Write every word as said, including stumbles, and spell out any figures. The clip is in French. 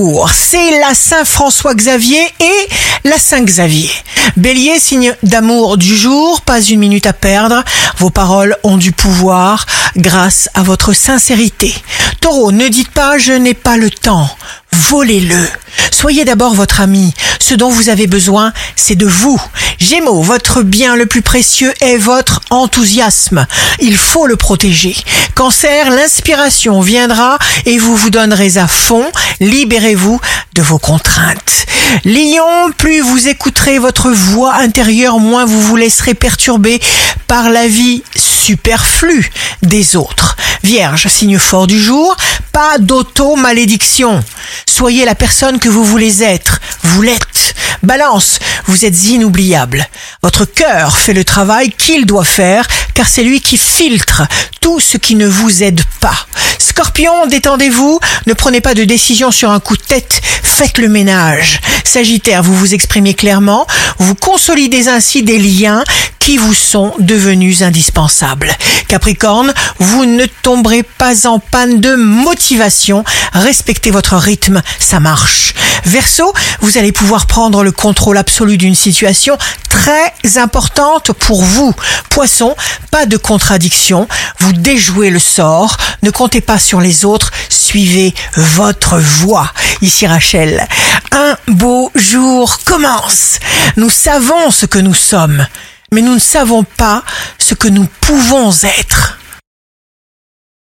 jour, c'est la Saint-François-Xavier et la Saint-Xavier. Bélier, signe d'amour du jour, pas une minute à perdre. Vos paroles ont du pouvoir grâce à votre sincérité. Taureau, ne dites pas « je n'ai pas le temps ». Volez-le. Soyez d'abord votre ami. Ce dont vous avez besoin, c'est de vous. Gémeaux, votre bien le plus précieux est votre enthousiasme. Il faut le protéger. Cancer, l'inspiration viendra et vous vous donnerez à fond. Libérez-vous de vos contraintes. Lion, plus vous écouterez votre voix intérieure, moins vous vous laisserez perturber par la vie superflue des autres. Vierge, signe fort du jour, pas d'auto-malédiction. Soyez la personne que vous voulez être. Vous l'êtes. Balance, vous êtes inoubliable. Votre cœur fait le travail qu'il doit faire, car c'est lui qui filtre tout ce qui ne vous aide pas. Scorpion, détendez-vous, ne prenez pas de décision sur un coup de tête, faites le ménage. Sagittaire, vous vous exprimez clairement, vous consolidez ainsi des liens qui vous sont devenus indispensables. Capricorne, vous ne tomberez pas en panne de motivation, respectez votre rythme, ça marche. Verseau, vous allez pouvoir prendre le contrôle absolu d'une situation très importante pour vous. Poisson, pas de contradiction, vous déjouez le sort, ne comptez pas sur les autres, suivez votre voie. Ici Rachel, un beau jour commence. Nous savons ce que nous sommes, mais nous ne savons pas ce que nous pouvons être.